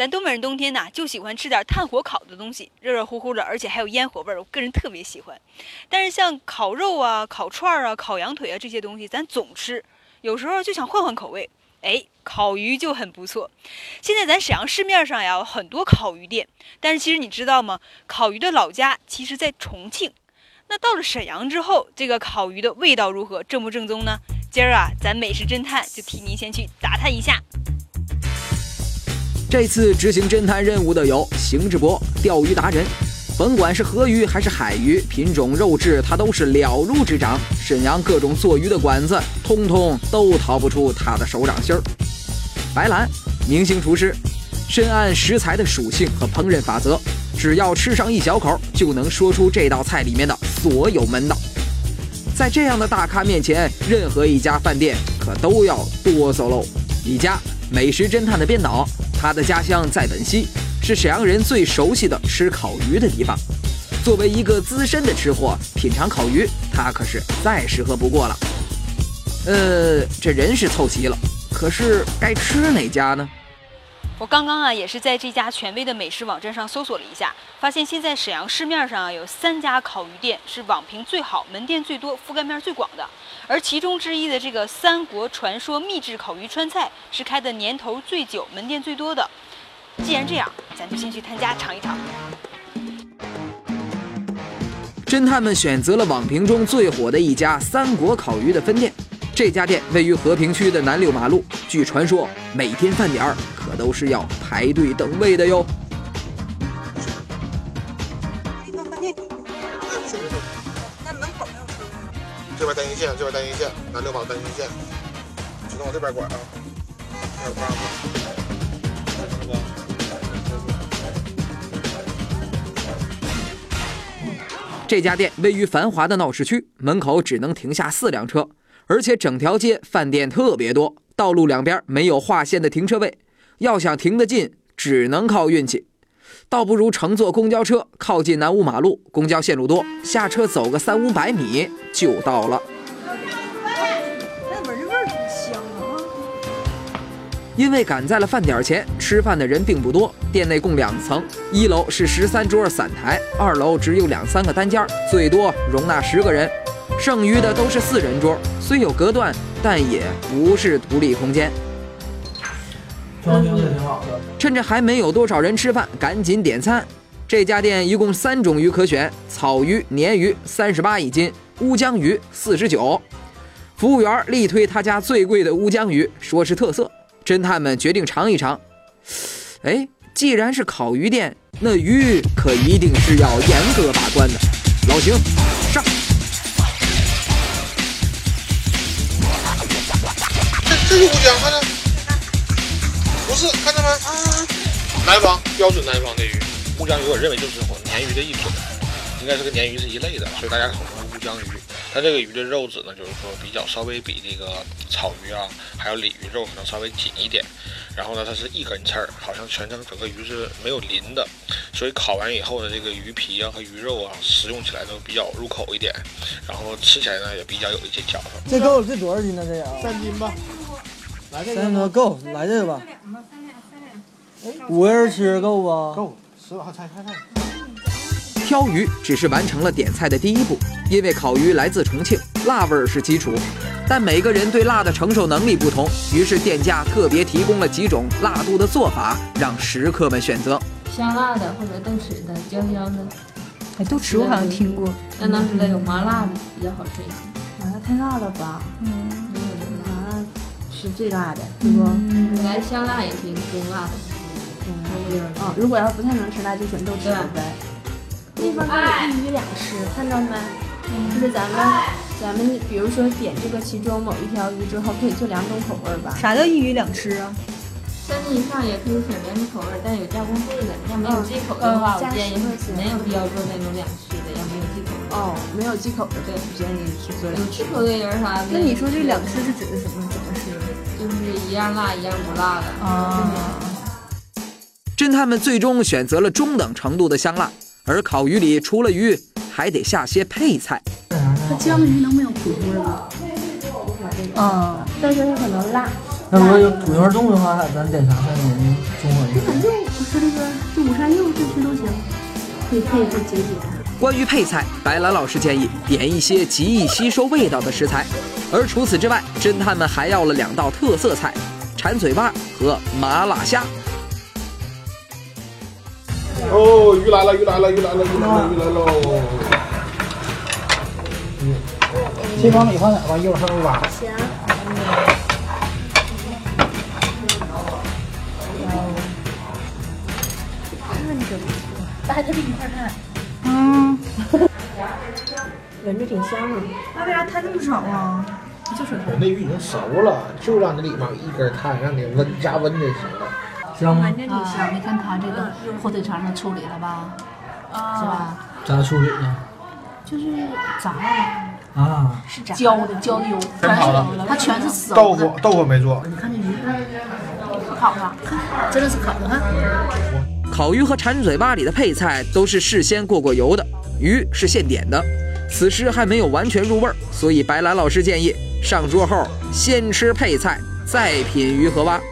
咱东北人冬天呢就喜欢吃点炭火烤的东西，热热乎乎的，而且还有烟火味儿，我个人特别喜欢。但是像烤肉啊、烤串啊、烤羊腿啊这些东西，咱总吃，有时候就想换换口味。烤鱼就很不错。现在咱沈阳市面上呀有很多烤鱼店，但是其实你知道吗？烤鱼的老家其实在重庆。那到了沈阳之后，这个烤鱼的味道如何，正不正宗呢？今儿啊，咱美食侦探就替您先去打探一下。 这次执行侦探任务的有邢志博，钓鱼达人。甭管是河鱼还是海鱼，品种肉质他都是了如指掌。沈阳各种做鱼的馆子，通通都逃不出他的手掌心儿。白兰，明星厨师，深谙食材的属性和烹饪法则，只要吃上一小口，就能说出这道菜里面的所有门道。在这样的大咖面前，任何一家饭店可都要哆嗦喽。一家美食侦探的编导，他的家乡在本溪，是沈阳人最熟悉的吃烤鱼的地方。作为一个资深的吃货，品尝烤鱼，他可是再适合不过了。这人是凑齐了，可是该吃哪家呢？ 我刚刚啊也是在这家权威的美食网站上搜索了一下，发现现在沈阳市面上有3家烤鱼店是网评最好、门店最多、覆盖面最广的，而其中之一的这个三国传说秘制烤鱼川菜是开的年头最久、门店最多的。既然这样，咱就先去他家尝一尝。 侦探们选择了网评中最火的一家三国烤鱼的分店。这家店位于和平区的南6马路，据传说每天饭点可都是要排队等位的哟。 那门口没有车。这边单行线，这边单行线，南6马路单行线，只能往这边拐啊。这边这家店位于繁华的闹市区，门口只能停下4辆车，而且整条街饭店特别多，道路两边没有划线的停车位，要想停得近，只能靠运气。倒不如乘坐公交车，靠近南5马路，公交线路多，下车走个300-500米就到了。 那闻着味儿挺香啊！ 因为赶在了饭点前，吃饭的人并不多，店内共2层，1楼是13桌散台，2楼只有2-3个单间，最多容纳10个人，剩余的都是4人桌，虽有隔断，但也不是独立空间。 装修也挺好的。 趁着还没有多少人吃饭，赶紧点餐。这家店一共3种鱼可选，草鱼、鲶鱼38一斤，乌江鱼49。服务员力推他家最贵的乌江鱼，说是特色。侦探们决定尝一尝。既然是烤鱼店，那鱼可一定是要严格把关的。老邢，上！ 这是乌江，看着，不是，看着没？南方标准南方的鱼，乌江鱼我认为就是鲶鱼的一种，应该是跟鲶鱼是一类的，所以大家统称乌江鱼。它这个鱼的肉质呢，就是说比较稍微比这个草鱼啊，还有鲤鱼肉可能稍微紧一点。然后呢，它是一根刺儿，好像全程整个鱼是没有鳞的，所以烤完以后的这个鱼皮啊和鱼肉啊，食用起来都比较入口一点，然后吃起来呢也比较有一些嚼头。 这够这多少斤呢？这样 3斤吧， 来这个3斤多够，来这个吧。5个人吃够不？ 够，吃吧，菜。 挑鱼只是完成了点菜的第一步，因为烤鱼来自重庆，辣味是基础，但每个人对辣的承受能力不同，于是店家特别提供了几种辣度的做法，让食客们选择。 香辣的或者豆豉的、椒椒的。 豆豉我好像听过。 但当时的有麻辣的比较好吃一些。 麻辣太辣了吧？麻辣是最辣的，对不？ 本来香辣也行，中辣的。 如果要是不太能吃辣，就选豆豉呗。那边都有1鱼2吃，看着没？就是咱们比如说点这个其中某一条鱼之后，可以做2种口味吧？啥叫1鱼2吃啊 ？3斤以上也可以选2种口味，但有加工费的。要没有忌口的话，我建议没有必要做那种2吃的，要没有忌口的。 没有忌口的，对，不建议去做2吃。 有忌口的人啥的。 那你说这2吃是指的什么？怎么吃？ 就是一样辣一样不辣的。 侦探们最终选择了中等程度的香辣，而烤鱼里除了鱼，还得下些配菜。 它江鱼能没有土味吗？但是它可能辣。 那如果有土味重的话，咱点啥菜呢？综合一下。 吃都行，可以配一配解解。 关于配菜，白兰老师建议点一些极易吸收味道的食材，而除此之外，侦探们还要了2道特色菜：馋嘴巴和麻辣虾。 哦，鱼来了，鱼来了，鱼来了，鱼来了，鱼来喽！ 这帮米放哪吧？一会儿上锅吧。 行。看着不错，大家这一块看。闻着挺香的。 那为啥摊这么少啊？就是我那鱼已经熟了，就让那里面一根摊，让你加温就行了。 香吗？ 闻着挺香。你看它这个火腿肠的处理了吧？是吧？ 咋处理呢？ 就是炸了。 啊， 是浇的油， 真好了， 它全是熟的。豆腐没做。 你看这鱼，烤的，真的是烤的哈。 烤鱼和馋嘴巴里的配菜都是事先过油的，鱼是现点的。此时还没有完全入味儿，所以白兰老师建议上桌后先吃配菜，再品鱼和蛙。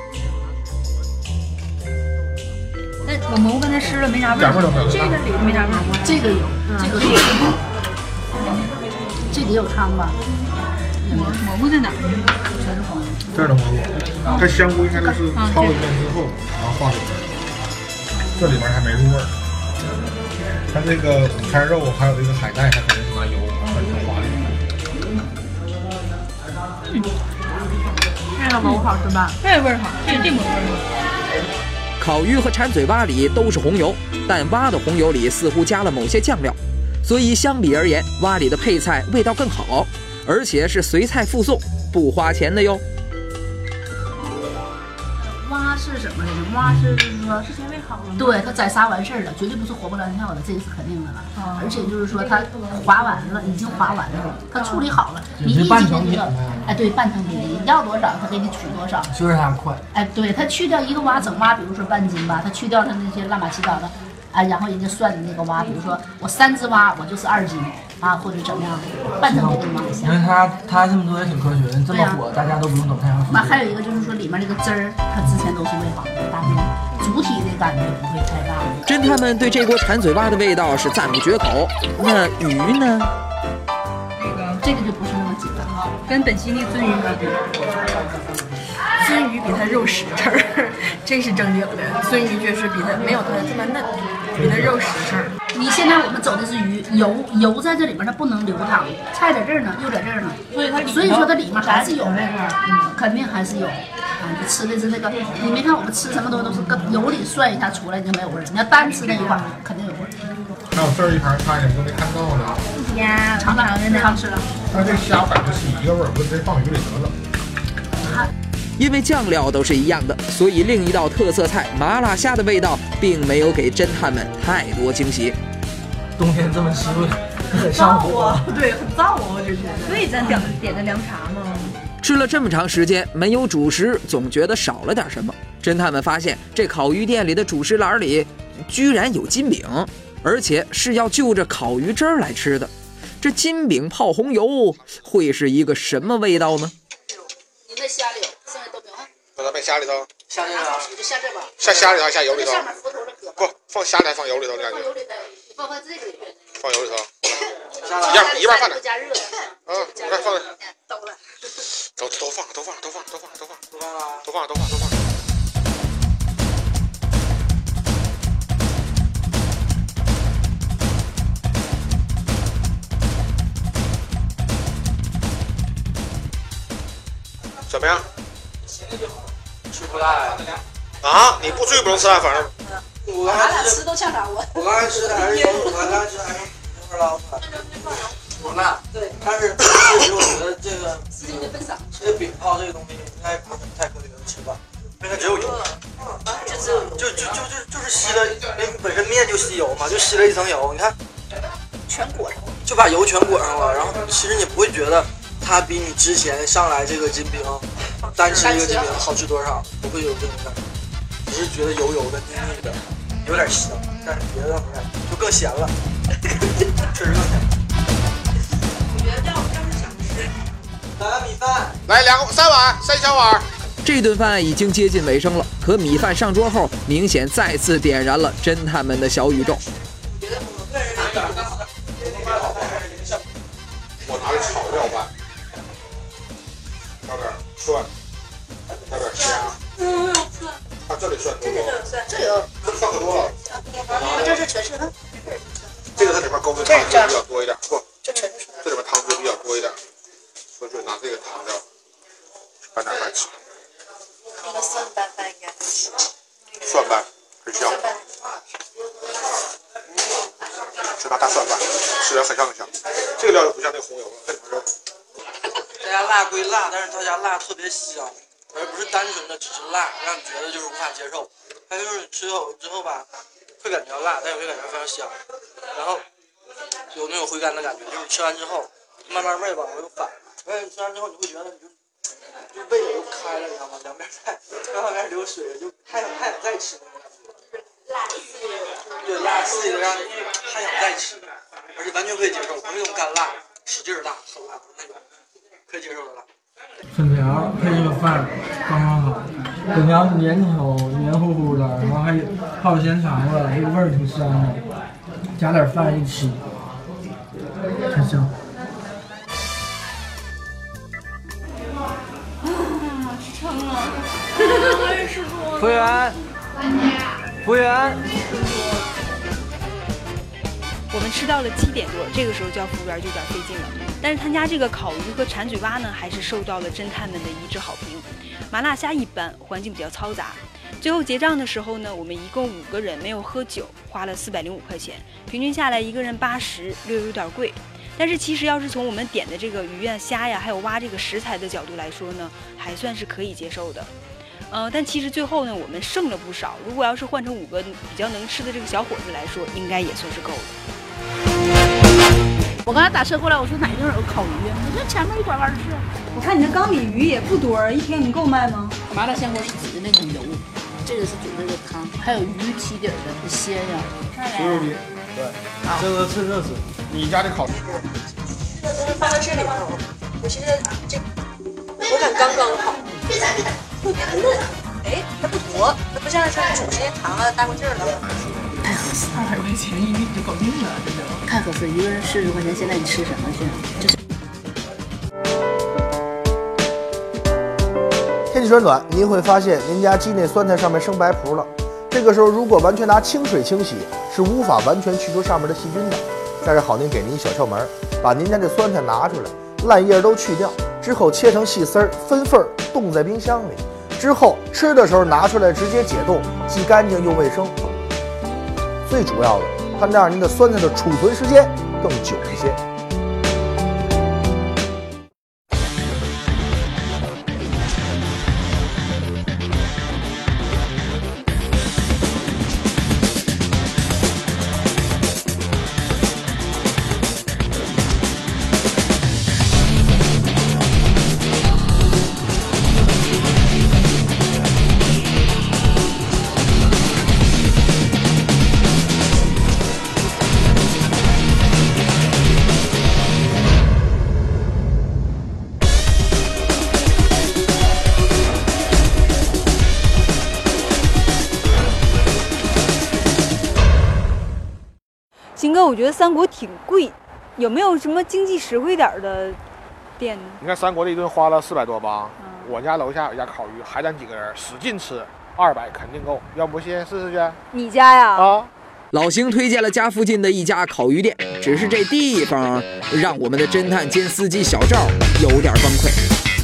那我蘑菇刚才吃了没啥味儿，这个里没啥味儿，这个有，这个有，这里有汤吧？蘑菇在哪儿？全是黄的。 这儿的蘑菇，它香菇应该是焯了一遍之后，然后放里面，这里面还没入味儿。它这个午餐肉还有这个海带，它肯定是拿油翻成滑里。 这个蘑菇好吃吧？这味儿好，这蘑菇味儿好。 烤鱼和馋嘴巴里都是红油，但蛙的红油里似乎加了某些酱料，所以相比而言，蛙里的配菜味道更好，而且是随菜附送，不花钱的哟。 蛙是什么呢？蛙是就是说，是因为好了，对，它宰杀完事儿了，绝对不是活蹦乱跳的，这个是肯定的了。而且就是说，它划完了，已经划完了，它处理好了，你一半成品。哎，对，半成品，你要多少，它给你取多少， 就是它快。 哎，对，它去掉一个蛙，整蛙，比如说半斤吧，它去掉它那些乱七八糟的，哎，然后人家算的那个蛙，比如说我3只蛙，我就是2斤啊，或者怎么样，半成品给你往下。 因为它这么做也挺科学的，这么火，大家都不用等太长时间。 那还有一个就是说，里面那个汁儿，它之前都是煨好的，大面主体的感觉不会太大。 侦探们对这锅馋嘴巴的味道是赞不绝口。那鱼呢？ 这个就不是那么紧了哈， 跟本溪那鳟鱼比， 鳟鱼比它肉实诚儿，这是正经的。鳟鱼就是比它没有它这么嫩，比它肉实诚儿。 你现在我们走的是鱼，油在这里面它不能流淌，菜在这儿呢，又在这儿呢，所以说它里面还是有味儿，肯定还是有。啊，你吃的是那个，你没看我们吃什么东西都是搁油里涮一下出来就没有味儿，你要单吃那一块肯定有味儿。 还有这儿一盘菜你们都没看到呢。 呀， 尝尝，尝吃了。 它这虾感觉是一个味儿，我直接放鱼里得了。 因为酱料都是一样的，所以另一道特色菜麻辣虾的味道并没有给侦探们太多惊喜。 冬天这么湿润，很上火。 对，很燥啊，我就觉得。 所以咱点的凉茶嘛。 吃了这么长时间没有主食，总觉得少了点什么。侦探们发现这烤鱼店里的主食篮里居然有金饼，而且是要就着烤鱼汁儿来吃的。这金饼泡红油会是一个什么味道呢？ 你那虾里有，剩下都没有啊。 把它放虾里头， 下这个，就下这吧。 下虾里头，下油里头。 上面浮头的壳。 不放虾里还放油里头，感觉。 放油里头，放这个里面。 放油里头。 一半放的。加热。 嗯，来放。 都了。 都放。怎么样？ 吃不赖啊！你不醉不能吃饭，反正。 咱俩吃都呛着我。 我刚才吃的还是小卤饭，刚才吃的还是那份捞饭。不辣。对。但是其实我觉得这个饼泡这个东西应该不是太科学的吃法，因为它只有油。就是吸了，因为本身面就吸油嘛，就吸了一层油。你看， 全裹上， 就把油全裹上了。然后其实你不会觉得它比你之前上来这个金饼单吃一个金饼好吃多少，不会有这种感觉，只是觉得油油的、腻腻的，有点香，但是别的没有，就更咸了，确实更咸。 我觉得要是想吃， 来碗米饭， 来3碗，3小碗。 这顿饭已经接近尾声了， 和米饭上桌后，明显再次点燃了侦探们的小宇宙。 我拿的炒料拌，加点蒜，加点虾。啊，这里蒜多吗？ 这有， 这蒜可多了。 这是全是的。 这个它里面高温汤汁比较多一点，不， 这全是。 这里面汤汁比较多一点，所以说拿这个汤料拌点饭吃。 那个蒜拌饭应该蒜拌很香，是拿大蒜拌，吃着很香很香。这个料就不像那个红油了，这里面是。 这家辣归辣，但是他家辣特别香，而不是单纯的只是辣，让你觉得就是无法接受。它就是你吃之后吧，会感觉辣，但也会感觉非常香，然后有那种回甘的感觉，就是吃完之后慢慢胃往回反，而且吃完之后你会觉得你就胃也又开了，你知道吗？两边菜刚开始流水，就还想再吃那种感觉。对，辣刺激的让你还想再吃，而且完全可以接受，不是那种干辣，使劲辣，很辣，不是那种可以接受的辣。 粉条配这个饭刚刚好，粉条黏稠黏糊糊的，然后还泡时间长了，这个味儿挺香的，加点饭一起，很香。 撑了，我也吃多了。 服务员，服务员。 我们吃到了7点多，这个时候叫服务员就有点费劲了。但是他家这个烤鱼和馋嘴蛙呢，还是受到了侦探们的一致好评。麻辣虾一般，环境比较嘈杂。最后结账的时候呢，我们一共5个人，没有喝酒，花了405块钱，平均下来一个人80，略有点贵。但是其实要是从我们点的这个鱼呀、虾呀，还有蛙这个食材的角度来说呢，还算是可以接受的。但其实最后呢，我们剩了不少。如果要是换成5个比较能吃的这个小伙子来说，应该也算是够了。 我刚才打车过来，我说哪地方有烤鱼？我说前面一拐弯是。 我看你这缸里鱼也不多，一天你够卖吗？ 麻辣香锅是指的那种油，这个是煮这个汤，还有鱼蹄底的，不鲜呀。 猪肉丁，对，这个趁热吃。 你家的烤鱼， 这都是放在这里头，我现在这口感刚刚好，特别嫩，哎，它不坨，它不像煮时间长了大过劲儿了。 太合适 ，200块钱1米就搞定了，真的。 太合适，一个人40块钱，现在你吃什么去？就是天气转暖，您会发现您家鸡内酸菜上面生白蒲了。这个时候，如果完全拿清水清洗，是无法完全去除上面的细菌的。在这好，您给您一小窍门，把您家这酸菜拿出来，烂叶都去掉，之后切成细丝儿，分份儿冻在冰箱里。之后吃的时候拿出来直接解冻，既干净又卫生。最主要的，它能让您的酸菜的储存时间更久一些。 鑫哥，我觉得三国挺贵，有没有什么经济实惠点的店呢？ 你看三国的一顿花了400多吧，我家楼下有一家烤鱼，还咱几个人使劲吃，200肯定够，要不信试试去？ 你家呀？ 啊！ 老邢推荐了家附近的一家烤鱼店，只是这地方让我们的侦探兼司机小赵有点崩溃。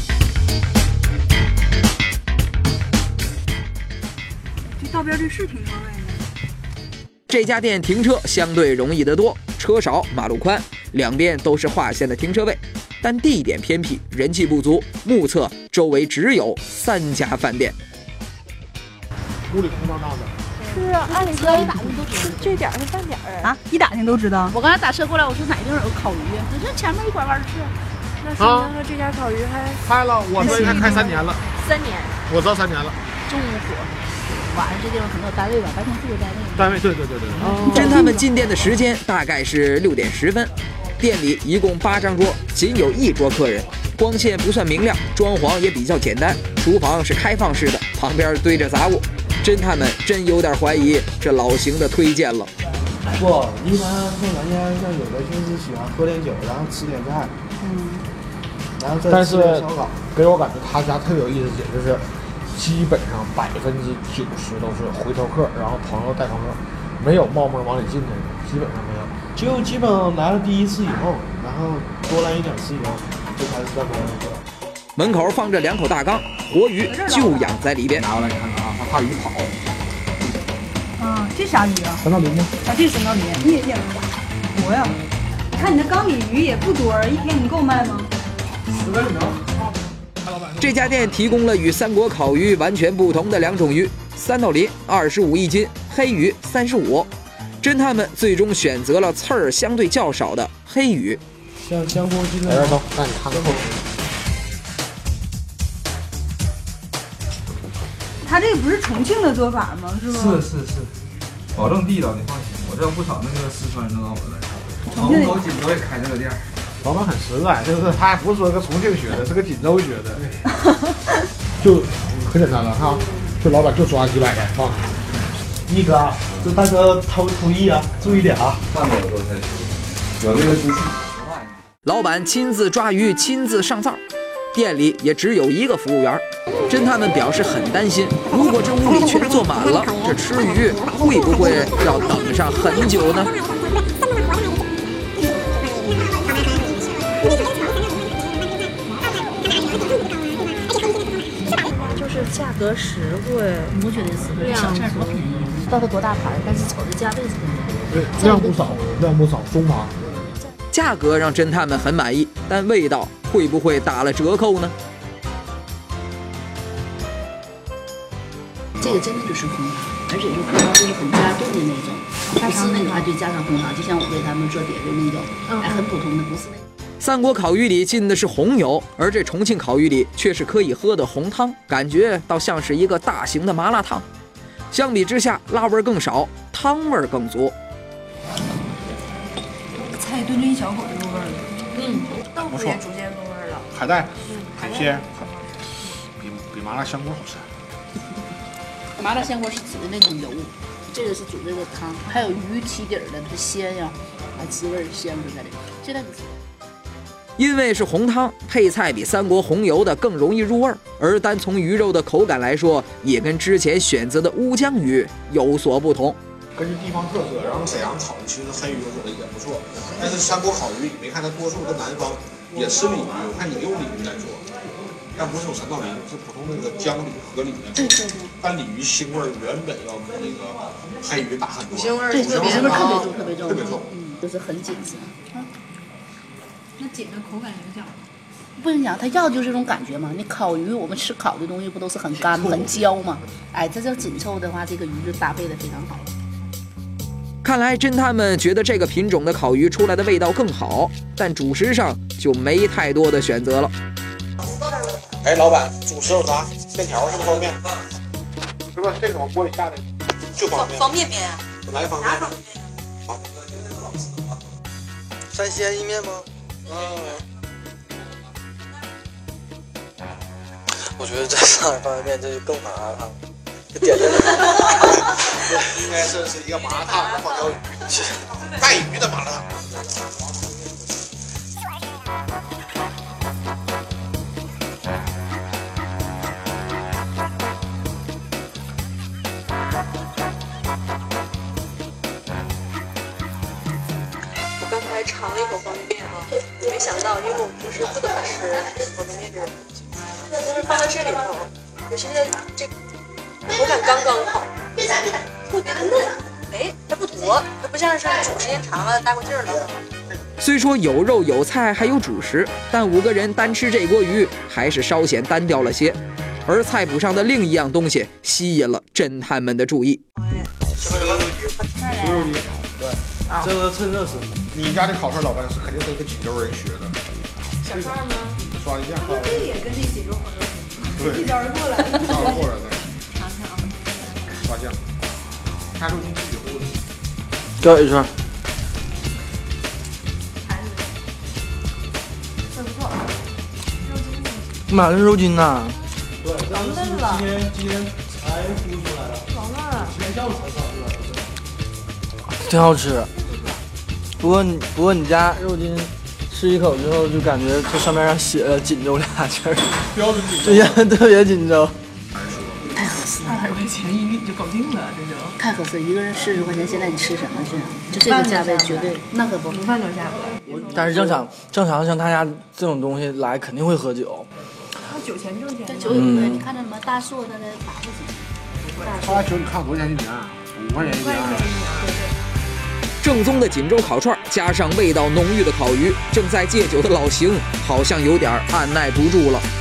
这道边这是停车位吗？ 这家店停车相对容易得多，车少马路宽，两边都是划线的停车位，但地点偏僻，人气不足，目测周围只有3家饭店。 屋里空荡荡的。 是啊，按理说一打听都知这点是饭点啊，一打听都知道。 我刚才打车过来，我说哪地方有烤鱼？我说前面一拐弯是。 那说明说这家烤鱼还开了，我这才开3年了。 3年。 我知道3年了。 中午火，晚上这地方可能有单位吧，白天是有单位。 单位，对。 侦探们进店的时间大概是6点10分，店里一共8张桌，仅有1桌客人。 光线不算明亮，装潢也比较简单，厨房是开放式的，旁边堆着杂物。侦探们真有点怀疑这老邢的推荐了。 不，一般后来家像有的就是喜欢喝点酒，然后吃点菜，然后再吃点烧烤。 给我感觉他家特有意思，就是基本上90%都是回头客，然后朋友带朋友，没有冒昧往里进的人，基本上没有。 就基本上来了第一次以后，然后多来1、2次以后，就开始慢慢的。 门口放着2口大缸，活鱼就养在里边。 拿过来看看啊，他怕鱼跑。 啊，这啥鱼啊？ 三道鳞呢？ 啊，这是三道鳞，你也养多呀？我看你那缸里鱼也不多，一天你够卖吗 10个里头。 这家店提供了与三国烤鱼完全不同的2种鱼，三道鳞25一斤，黑鱼35。侦探们最终选择了刺儿相对较少的黑鱼。 像香锅鸡来这走，让你看看。 他这个不是重庆的做法吗？是吧？ 是，保证地道，你放心。我这有不少那个四川人都到我这来上， 重庆龙口锦州也开这个店。 老板很实在，就是他不是说个重庆学的，是个锦州学的，就很简单了哈。这老板就抓几百个放。 一哥，这大哥偷艺啊，注意点啊。 上面有多少有这个机器。 老板亲自抓鱼，亲自上灶，店里也只有1个服务员。侦探们表示很担心，如果这屋里全坐满了，这吃鱼会不会要等上很久呢？ 就是价格实惠， 我觉得是小菜多便宜，不知道多大牌，但是瞅着价位是对，量不少，中华。 价格让侦探们很满意，但味道会不会打了折扣呢？ 这个真的就是红糖，而且是红糖就是很加重的那种，不是那个对加上红糖，就像我给他们做碟的那种，很普通的，不是那个。 三国烤鱼里进的是红油，而这重庆烤鱼里却是可以喝的红汤，感觉倒像是一个大型的麻辣烫。相比之下，辣味更少，汤味更足。 菜炖这一小口就入味了。 豆腐也逐渐入味了。 海带、海鲜，比麻辣香锅好吃。 麻辣香锅是指的那种油，这个是煮这个汤，还有鱼起底儿的它鲜呀，滋味鲜就在里面。现在因为是红汤，配菜比三国红油的更容易入味儿，而单从鱼肉的口感来说，也跟之前选择的乌江鱼有所不同。 根据地方特色，然后沈阳烤的其实黑鱼我觉得也不错，但是三国烤鱼你没看它多数跟南方也吃鲤鱼，我看也用鲤鱼在做，但不是有三道鳞，是普通那个江鲤、河鲤在做。但鲤鱼腥味原本要比那个黑鱼大很多， 腥味对，腥味特别重， 就是很紧实。 那紧的口感影响吗？ 不影响，它要就是这种感觉嘛。你烤鱼，我们吃烤的东西不都是很干、很焦嘛？哎，这紧凑的话，这个鱼就搭配的非常好。 看来侦探们觉得这个品种的烤鱼出来的味道更好，但主食上就没太多的选择了。 哎，老板，主食有啥？面条是不是方便？是吧？这种锅里下的就方便。 方便面啊？ 来方便。 好。山西意面吗？我觉得在上海方便面这就更麻辣烫，这点的应该是一个麻辣烫放条鱼，带鱼的麻辣烫。 我刚才尝了一口方便面啊，没想到，因为我平时不怎么吃方便面这种东西，就是放在这里头，我现在这个口感刚刚好，特别的嫩，哎，它不坨，它不像是煮时间长了大过劲儿了。 虽说有肉有菜还有主食，但5个人单吃这锅鱼还是稍显单调了些。而菜谱上的另一样东西吸引了侦探们的注意。 什么牛肉鱼，对， 这个趁热吃。 你家的烤串老板是肯定是跟锦州人学的。 小串吗？ 刷一下。 这也跟这锦州朋友对， 一招而过来的。 一招而过来的。 尝尝啊。 刷酱。开肉进去油。 给我一串。 这不错，肉买的是肉筋呐。 对，但是今天才孵出来的， 爽啊！ 今天下午才上出来的。 挺好吃。不过你家肉筋吃一口之后，就感觉它上面上写了锦州俩字儿， 标准锦州， 对，特别锦州。 太合适了 ，200块钱一粒就搞定了，这就太合适。一个人40块钱，现在你吃什么去？就这个价位绝对，那可不， 午饭都下不来。 但是正常像他家这种东西来，肯定会喝酒。 那酒钱挣钱。 这酒也不对，你看那什么大树，它才8块钱。 他酒你看多少钱一瓶？5块钱一瓶。 正宗的锦州烤串加上味道浓郁的烤鱼，正在戒酒的老邢好像有点按耐不住了。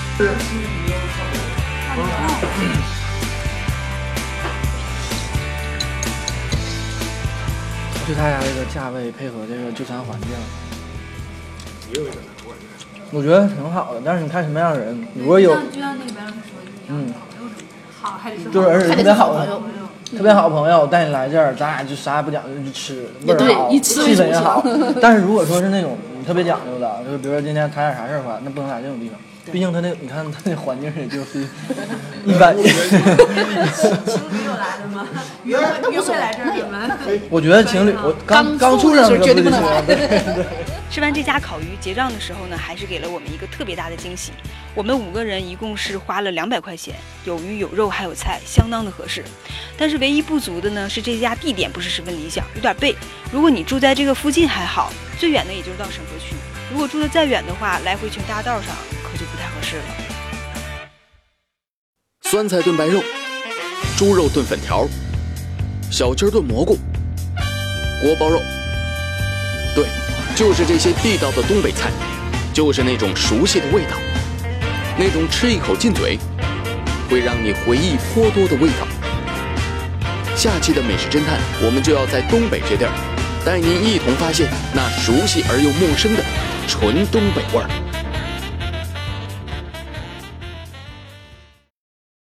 就他家这个价位配合这个就餐环境，我觉得挺好的。但是你看什么样的人，如果有， 就像那个白老师说的一样，好还得是就是而且特别好的。特别好的朋友带你来这儿，咱俩就啥也不讲究，就吃，味儿好，气氛也好。但是如果说是那种特别讲究的，就是比如说今天谈点啥事儿的话，那不能来这种地方。毕竟他那，你看他那环境也就是一般。 请女友来的吗？约会来这儿的吗？ 我觉得情侣，我刚处上的时候绝对不能来。对。 吃完这家烤鱼结账的时候呢，还是给了我们一个特别大的惊喜。我们5个人一共是花了200块钱，有鱼有肉还有菜，相当的合适。但是唯一不足的呢是这家地点不是十分理想，有点背。如果你住在这个附近还好，最远的也就是到沈河区。如果住得再远的话，来回全大道上可就不太合适了。 酸菜炖白肉，猪肉炖粉条，小鸡炖蘑菇，锅包肉。对，就是这些地道的东北菜，就是那种熟悉的味道，那种吃一口进嘴会让你回忆颇多的味道。下期的美食侦探，我们就要在东北这地儿，带您一同发现那熟悉而又陌生的纯东北味儿。